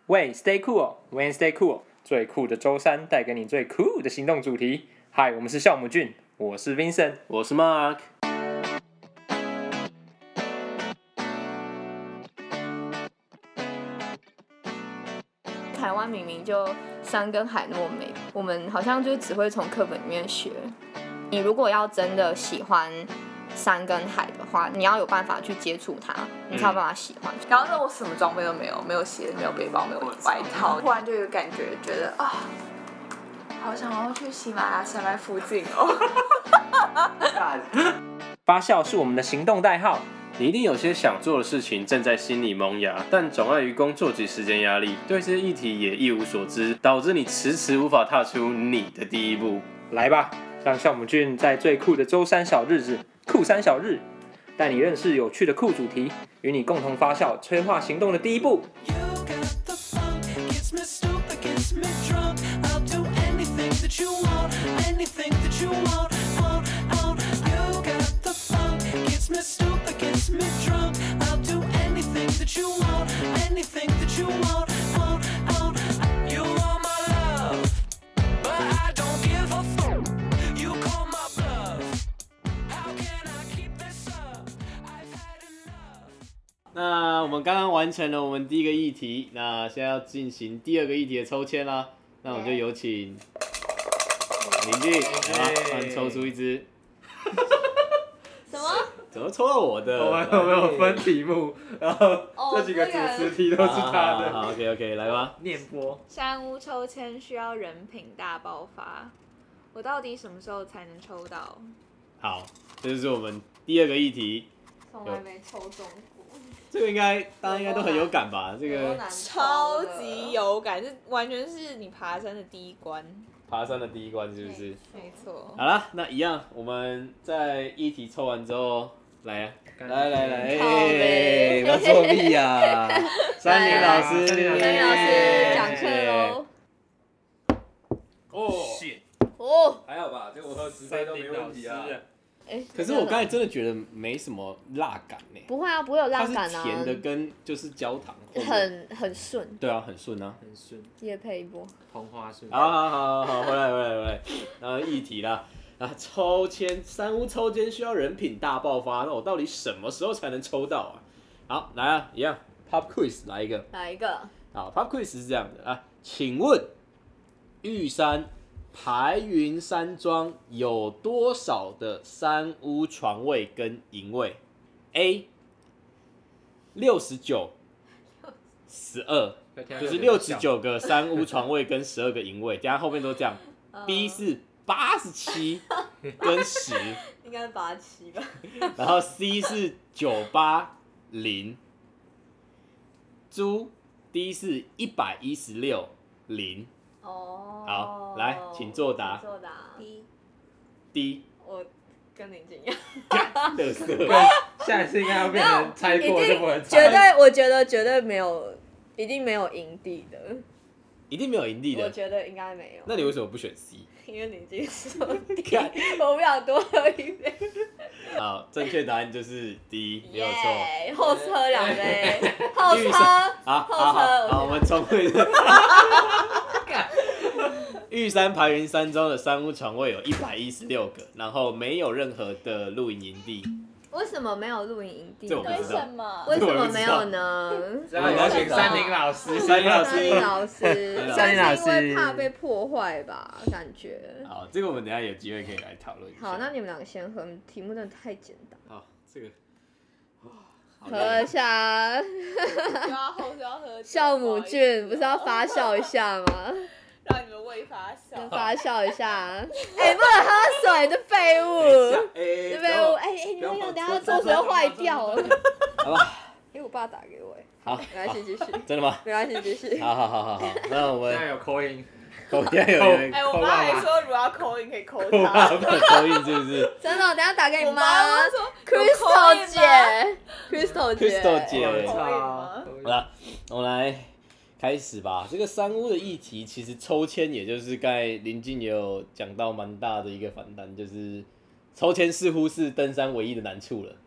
喂 ，Stay cool，When stay cool， 最酷的周三带给你最酷的行动主题。嗨，我们是酵母菌，我是 Vincent， 我是 Mark。 台湾明明就山跟海那么美，我们好像就只会从课本里面学。你如果要真的喜欢山跟海的话，你要有办法去接触它，你才有办法喜欢。 然后那我什么装备都没有，没有鞋，没有背包，没有外套，突然就有感觉，觉得啊，好想要去喜马拉雅山脉附近哦。 发酵是我们的行动代号。 你一定有些想做的事情正在心里萌芽，但总碍于工作及时间压力，对这些议题也一无所知，导致你迟迟无法踏出你的第一步。 来吧，让酵母菌在最酷的周三小日子，酷三小日，带你认识有趣的酷主题，与你共同发酵，催化行动的第一步。 那我们刚刚完成了我们第一个议题，那现在要进行第二个议题的抽签啦。那我们就有请林俊，帮你抽出一支。 什么？ 怎么抽到我的？ 我们有分题目，然后这几个主持题都是他的。 好 ，OK， 来吧。 念播。 山屋抽签需要人品大爆发，我到底什么时候才能抽到？ 好，这就是我们第二个议题。 从来没抽中过。 这个大家应该都很有感吧？这个超级有感，这完全是你爬山的第一关。 爬山的第一关是不是？ 没错。 好了，那一样，我们在议题抽完之后，来，不要作弊呀！山林老师， 山林老师讲课喽。 哦，还好吧，这我喝10杯都没问题啊。可是我刚才真的觉得没什么辣感呢。 不会啊，不会有辣感啊。 它是甜的，跟就是焦糖。 很顺。 对啊，很顺啊。 很顺。 业配一波。 红花顺。 好，回来。然后议题啦，抽签，山屋抽签需要人品大爆发，那我到底什么时候才能抽到啊？好，来啊，一样 ，Pop Quiz 来一个。好 ，Pop Quiz 是这样的啊，请问玉山排云山庄有多少的山屋床位跟营位 ？A 69、12，就是69个山屋床位跟12个营位，等下后面都这样。B 是87跟10， 应该是87吧。 然后 C 是980，猪 D 是116 0。好，来，请作答。D。 我跟林静一样。 乐色。 下一次应该要变成猜过就不能猜。我觉得绝对没有，一定没有营地的。 一定没有营地的。 我觉得应该没有。 那你为什么不选 C？ 因为林静说 D， 我不想多喝一杯。 好，正确答案就是 D， 没有错。 后车2杯，后车。 好，我们重回。玉山排云山庄的山屋床位有116个，然后没有任何的露营营地。 为什么没有露营营地？ 为什么？ 为什么没有呢？ 这要请山林老师。 山林老师，因为怕被破坏吧？感觉。 好，这个我们等一下有机会可以来讨论一下。 好，那你们两个先喝，题目真的太简单。 好，这个。 喝一下。 要喝。 酵母菌不是要发酵一下吗？ 让你们胃发酵。 发酵一下。不能喝水，这废物。这废物，你们有等下做水会坏掉。 好吧。 我爸打给我。 好， 没关系，继续。 真的吗？ 没关系，继续。 好，那我们现在有call in。 现在有人。 我妈还说如果要call in可以call她。 call in 是不是？ 真的，我等下打给你妈。 妈说 Crystal 姐。 好了，我们来开始吧。这个山屋的议题，其实抽签，也就是刚才林静也有讲到蛮大的一个反弹，就是抽签似乎是登山唯一的难处了。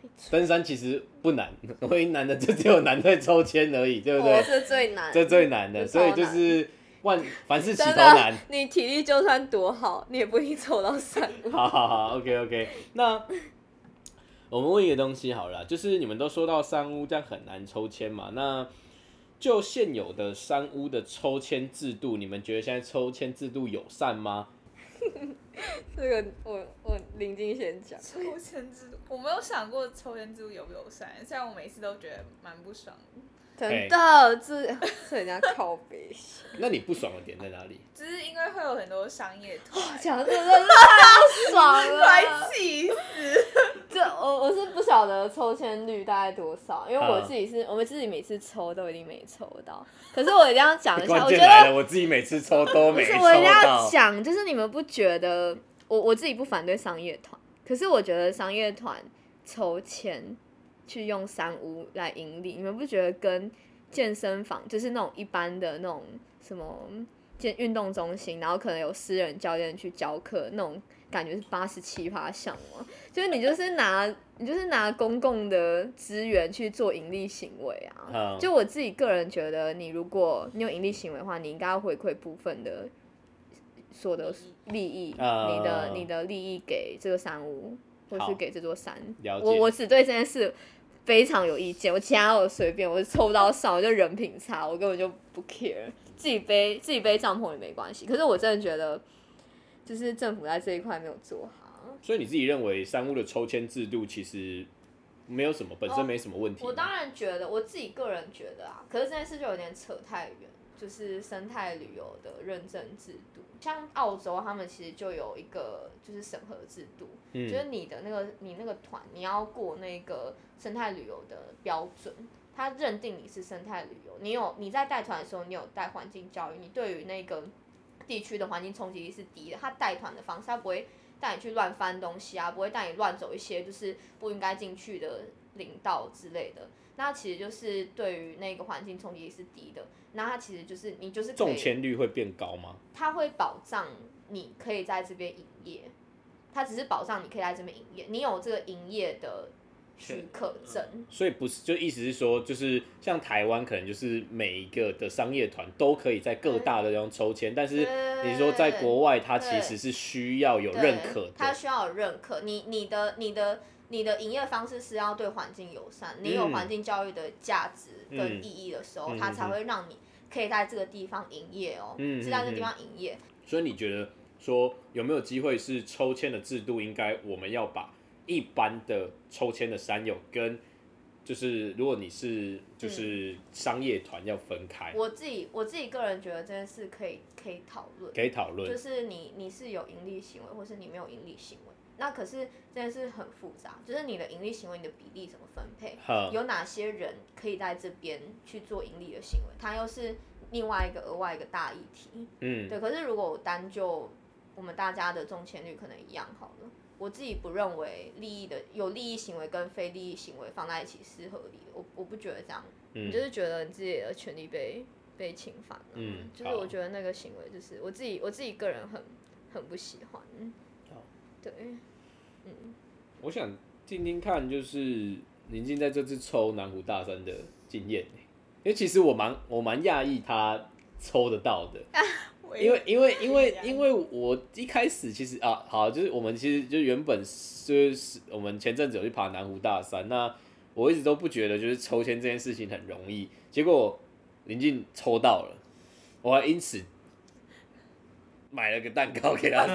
登山其实不难，唯一难的就只有难在抽签而已，对不对？ 我是最难， 这最难的， 这超难所以就是凡事起头真难的。，你体力就算多好，你也不一定抽到山屋。 好 ，OK。那我们问一个东西好了啦，就是你们都说到山屋这样很难抽签嘛？那就现有的山屋的抽签制度，你们觉得现在抽签制度友善吗？ 这个我林静先讲。 抽签制度，我没有想过抽签制度友不友善，虽然我每次都觉得蛮不爽的， 真的，这人家靠背。 那你不爽的点在哪里？ 只是因为会有很多商业团， 讲的真的是太不爽了， 快气死！ 我是不晓得抽签率大概多少，因为我自己是我们自己每次抽都一定没抽到，可是我一定要讲一下， 关我觉得键来了，我自己每次抽都没抽不是我一定要到。 讲，就是你们不觉得我自己不反对商业团，可是我觉得商业团抽签去用山屋来盈利，你们不觉得跟健身房就是那种一般的那种什么运动中心，然后可能有私人教练去教课那种感觉是87%像吗？就是你就是拿公共的资源去做盈利行为啊。就我自己个人觉得，如果你有盈利行为的话，你应该要回馈部分的所得利益，你的利益给这个山屋，或是给这座山。我只对这件事非常有意见，我其他我随便，我抽不到上，我就人品差，我根本就不 care， 自己背帐篷也没关系。可是我真的觉得，就是政府在这一块没有做好。 所以你自己认为山屋的抽签制度其实没有什么，本身没什么问题。 我当然觉得，我自己个人觉得可是这件事就有点扯太远。就是生态旅游的认证制度，像澳洲他们其实就有一个就是审核制度，就是你那个团你要过那个生态旅游的标准，他认定你是生态旅游，你在带团的时候你有带环境教育，你对于那个地区的环境冲击力是低的，他带团的方式他不会带你去乱翻东西啊，不会带你乱走一些就是不应该进去的林道之类的。那其实就是对于那个环境冲击力是低的，那它其实就是你就是可以中签率会变高吗？ 它会保障你可以在这边营业，它只是保障你可以在这边营业，你有这个营业的许可证。 所以不是，就意思是说，就是像台湾可能就是每一个的商业团都可以在各大的地方抽签，但是你说在国外，它其实是需要有认可的， 它需要有认可，你的营业方式是要对环境友善，你有环境教育的价值跟意义的时候，它才会让你可以在这个地方营业哦，是在这个地方营业。 所以你觉得说有没有机会是抽签的制度，应该我们要把一般的抽签的山友跟就是如果你是就是商业团要分开。 我自己个人觉得这件事可以讨论， 可以讨论， 就是你是有盈利行为，或是你没有盈利行为。那可是这件事很复杂，就是你的盈利行为，你的比例怎么分配？有哪些人可以在这边去做盈利的行为？它又是另外一个额外一个大议题。对。可是如果我单就我们大家的中签率可能一样好了，我自己不认为有利益行为跟非利益行为放在一起是合理的。我不觉得这样，你就是觉得你自己的权利被侵犯了。就是我觉得那个行为就是我自己个人很不喜欢。对。 我想听听看，就是林静在这次抽南湖大山的经验，因为其实我蛮讶异他抽得到的，因为我一开始其实好，就是我们其实就原本就是我们前阵子有去爬南湖大山，那我一直都不觉得就是抽签这件事情很容易，结果林静抽到了，我还因此买了个蛋糕给他吃，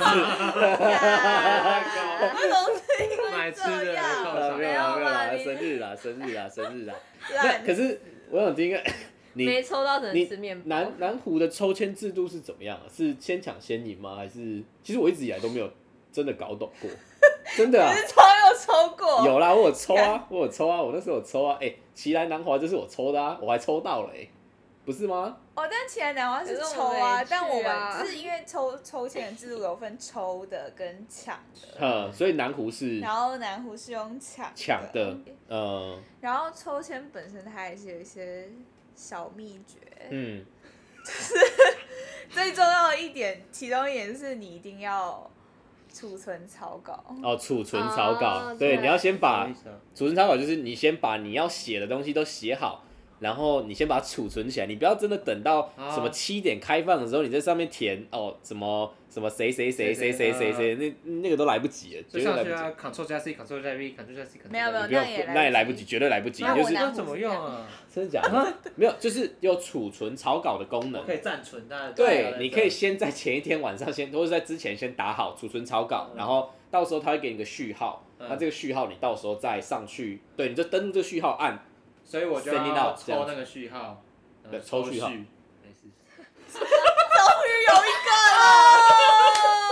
买吃的没有啦，生日啦。那可是我想听，你没抽到只能吃面包。 南湖的抽签制度是怎么样？是先抢先赢吗？还是其实我一直以来都没有真的搞懂过，真的啊？ 你有抽过？ 有啦，我有抽啊，我那时候有抽啊，奇来南华就是我抽的啊，我还抽到了不是吗？ 但奇来南华是抽啊，但我们就是因为抽签的制度有分抽的跟抢的， 所以南湖是， 然后南湖是用抢的， 然后抽签本身它也是有一些小秘诀，就是最重要的一点，其中一点是你一定要储存草稿。 储存草稿，对， 对你要先把什么意思啊储存草稿就是你先把你要写的东西都写好，然后你先把它储存起来，你不要真的等到什么7点开放的时候，你在上面填什么谁那个都来不及了， 就绝对来不及。 上去啊，Ctrl 加 C，Ctrl 加 V，Ctrl 加 C， 没有没有不用，那也来不及，绝对来不及。就是那怎么用啊？ 真的假的？没有，就是有储存草稿的功能。 可以暂存，但对，你可以先在前一天晚上或者在之前先打好储存草稿，然后到时候他会给你个序号，那这个序号你到时候再上去，对，你就登录这个序号按。 所以我就 sending 要 out 这样子抽那个序号， 对抽序号没事。 终于有一个了。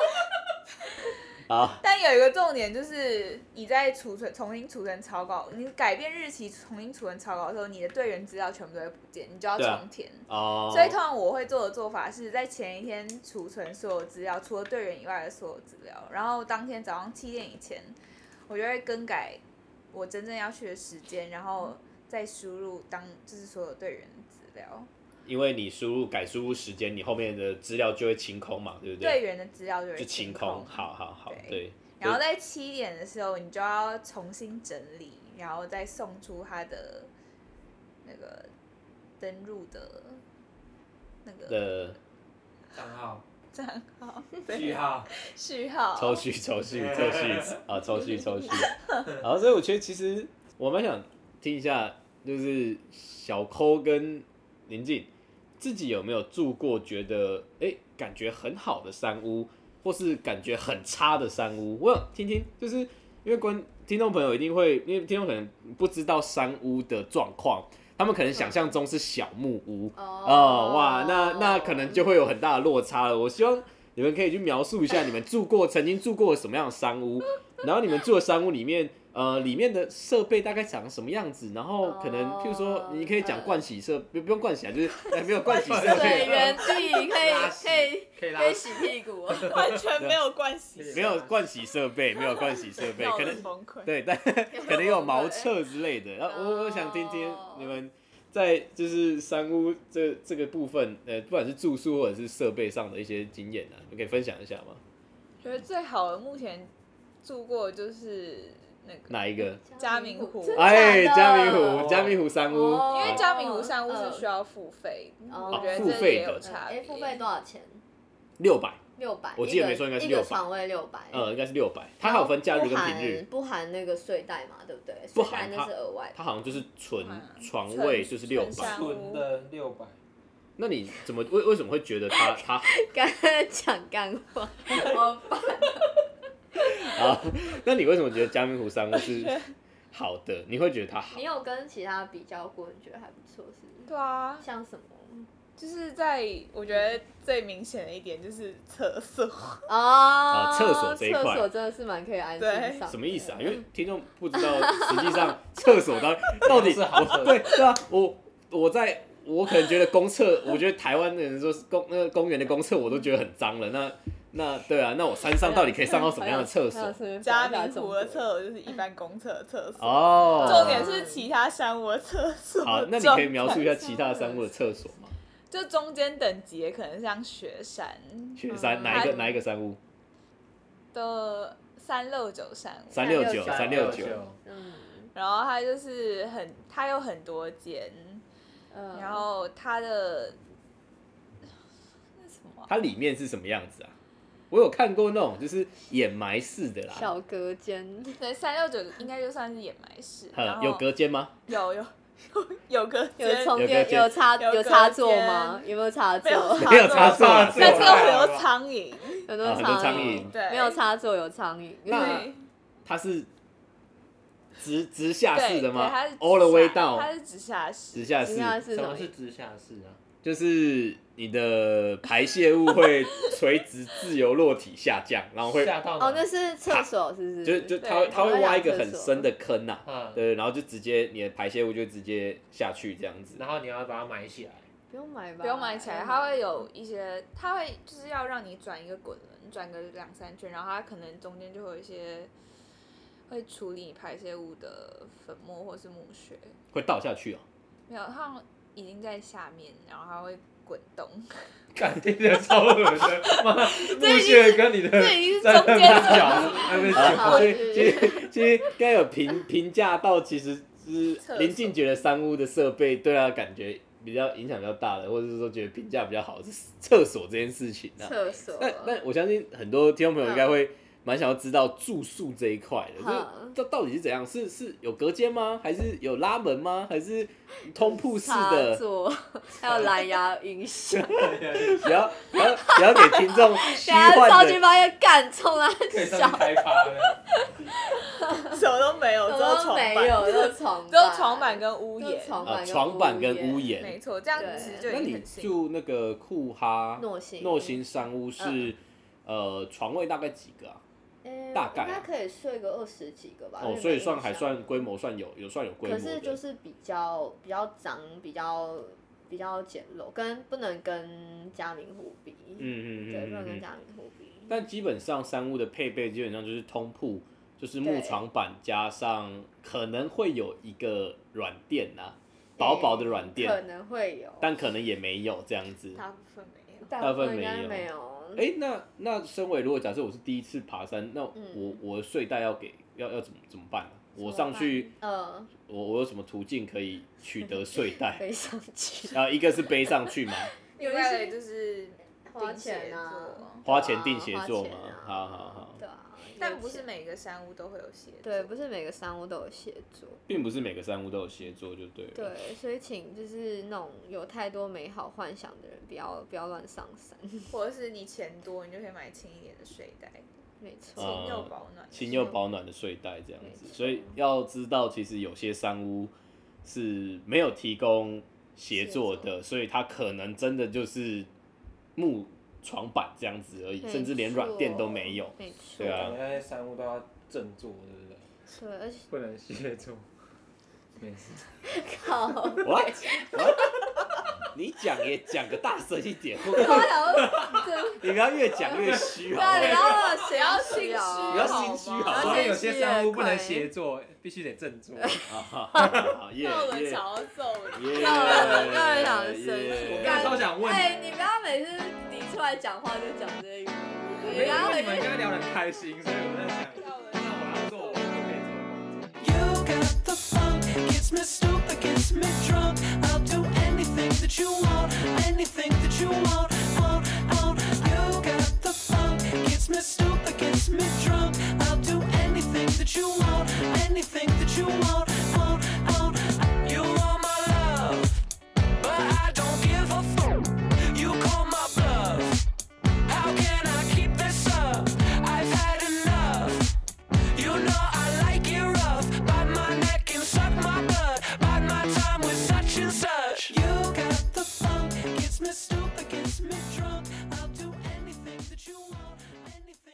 好， 但有一个重点就是，你在重新储存草稿，你改变日期重新储存草稿的时候，你的队员资料全部都会不见，你就要重填。所以通常我会做的做法是在前一天储存所有资料，除了队员以外的所有资料，然后当天早上7点以前，我就会更改我真正要去的时间，然后再输入就是所有队员的资料。 因为你改输入时间，你后面的资料就会清空嘛，对不对？ 队员的资料就会清空。好，对。 然后在7点的时候，你就要重新整理，然后再送出他的那个登录的那个账号、 序号、 抽序啊，抽序。然后所以我觉得其实我蛮想听一下，就是小抠跟林静自己有没有住过觉得感觉很好的山屋，或是感觉很差的山屋？我想听听，就是因为听众朋友一定会，因为听众可能不知道山屋的状况，他们可能想象中是小木屋，哇，那可能就会有很大的落差了。我希望你们可以去描述一下你们曾经住过什么样的山屋，然后你们住的山屋里面。里面的设备大概长什么样子？然后可能，譬如说，你可以讲盥洗设，不用盥洗啊，就是没有盥洗设备， 水源地可以洗屁股， 完全没有盥洗， 没有盥洗设备，可能对，但可能有茅厕之类的。然后我想听听你们在就是山屋这个部分，不管是住宿或者是设备上的一些经验啊，你可以分享一下吗？ 觉得最好的目前住过就是哪一个？ 嘉明湖。 嘉明湖山屋。 因为嘉明湖山屋是需要付费，我觉得这也有差别。 付费多少钱 ？600。 我记得没错，应该是600。 一个床位600。 应该是600。它还有分假日跟平日。 不含那个睡袋嘛，对不对？ 不含， 那是额外的。 它好像就是纯床位就是600。 纯的600。 那你为什么会觉得它？ 刚才讲干话，好烦。 好，那你为什么觉得嘉明湖山屋是好的？你会觉得它好？ 你有跟其他比较过，你觉得还不错是？ 对啊。 像什么？ 就是我觉得最明显的一点就是厕所。 厕所这一块， 厕所真的是蛮可以安心上。 什么意思啊？因为听众不知道，实际上厕所到底是好厕所。 对啊，我可能觉得公厕，我觉得台湾的人说那个公园的公厕我都觉得很脏了。那对啊，那我山上到底可以上到什么样的厕所？ 嘉明湖的厕所就是一般公厕的厕所。重点是其他山屋的厕所。 好，那你可以描述一下其他山屋的厕所吗？ 就中间等级的可能像雪山。 哪一个山屋？ 的369山屋。 369。 然后它有很多间。然后它的什么？ 它里面是什么样子啊？我有看过那种就是掩埋式的啦， 小隔间。 对，369应该就算是掩埋式。 有隔间吗？ 有隔间。 有充电有插座吗？有没有插座？ 没有插座， 但是有很多苍蝇。 很多苍蝇。 对， 没有插座有苍蝇。 那它是直下式的吗？ 对，它是 all the way down。 它是直下式。 什么是直下式啊？ 就是你的排泄物会垂直自由落体下降，然后会下到那是厕所是不是？ 就它会挖一个很深的坑呐，对，然后就直接你的排泄物就直接下去这样子。 然后你要把它埋起来。 不用埋吧？ 不用埋起来，它会有一些，它会就是要让你转一个滚轮，转个2-3圈，然后它可能中间就会有一些会处理排泄物的粉末或是木屑。 会倒下去哦？ 没有，它已经在下面，然后它会滚动。 感听起来超恶的，妈，木屑跟你的这已经是中间角那边所以其实刚有评价到，其实是林静觉得山屋的设备对他感觉比较影响比较大的，或者是说觉得评价比较好是厕所这件事情啊。 厕所。 但我相信很多听众朋友应该会蛮想要知道住宿这一块的，这到底是怎样？是有隔间吗？还是有拉门吗？还是通铺式的？ 还有蓝牙音响。 不要给听众虚幻的。 超级把人干冲啊！ 可以上去开发的。 什么都没有，只有床板， 只有床板跟屋檐。 床板跟屋檐。 没错，这样其实就已经很新。 那你住那个库哈诺心山屋是床位大概几个啊？大概应该可以睡个20几个吧。 所以还算规模算有规模的。 可是就是比较脏，比较简陋，不能跟嘉明湖比。对，不能跟嘉明湖比。 但基本上山屋的配备基本上就是通铺，就是木床板加上可能会有一个软垫啊，薄薄的软垫， 可能会有， 但可能也没有这样子。 大部分没有。 大部分没有。 那身为如果假设我是第一次爬山，那我的睡袋要怎么办呢？我上去，我有什么途径可以取得睡袋？ 背上去。 一个是背上去嘛， 另外一个就是花钱啊， 花钱订协作嘛。好。 对啊。 但不是每个山屋都会有协作。 对，不是每个山屋都有协作。 并不是每个山屋都有协作，就对了。 对，所以请就是那种有太多美好幻想的人，不要乱上山。 或者是你钱多，你就可以买轻一点的睡袋。 没错。 轻又保暖的睡袋这样子。所以要知道，其实有些山屋是没有提供协作的，所以它可能真的就是木床板这样子而已，甚至连软垫都没有。 没错。 对啊。 那些山屋都要正坐，对不对？ 对，而且不能协作。没事。 靠。 What？ 你讲个大声一点，你不要越讲越虚好不好？ 对，然后谁要心虚？ 不要心虚好不好？ 所以有些山屋不能协作，必须得正坐。 好， 那我们想要揍你， 让人想生气。 我刚才超想问你不要每次你出来讲话就讲这个。 因为你们刚才聊得很开心，所以我在想，那我要做我就可以做。You got the funk, gets me stupid, gets me drunk. I'll do anything that you want, anything that you want. You got the funk, gets me stupid, gets me drunk. I'll do anything that you want, anything that you want. You want my love, but I don't give a fuck. You call my bluff. How can I keep this up? I've had enough. You know I like it rough. Bite my neck and suck my blood. Bide my time with such and such. You got the funk, gets me stupid, gets me drunk. I'll do anything that you want. Anything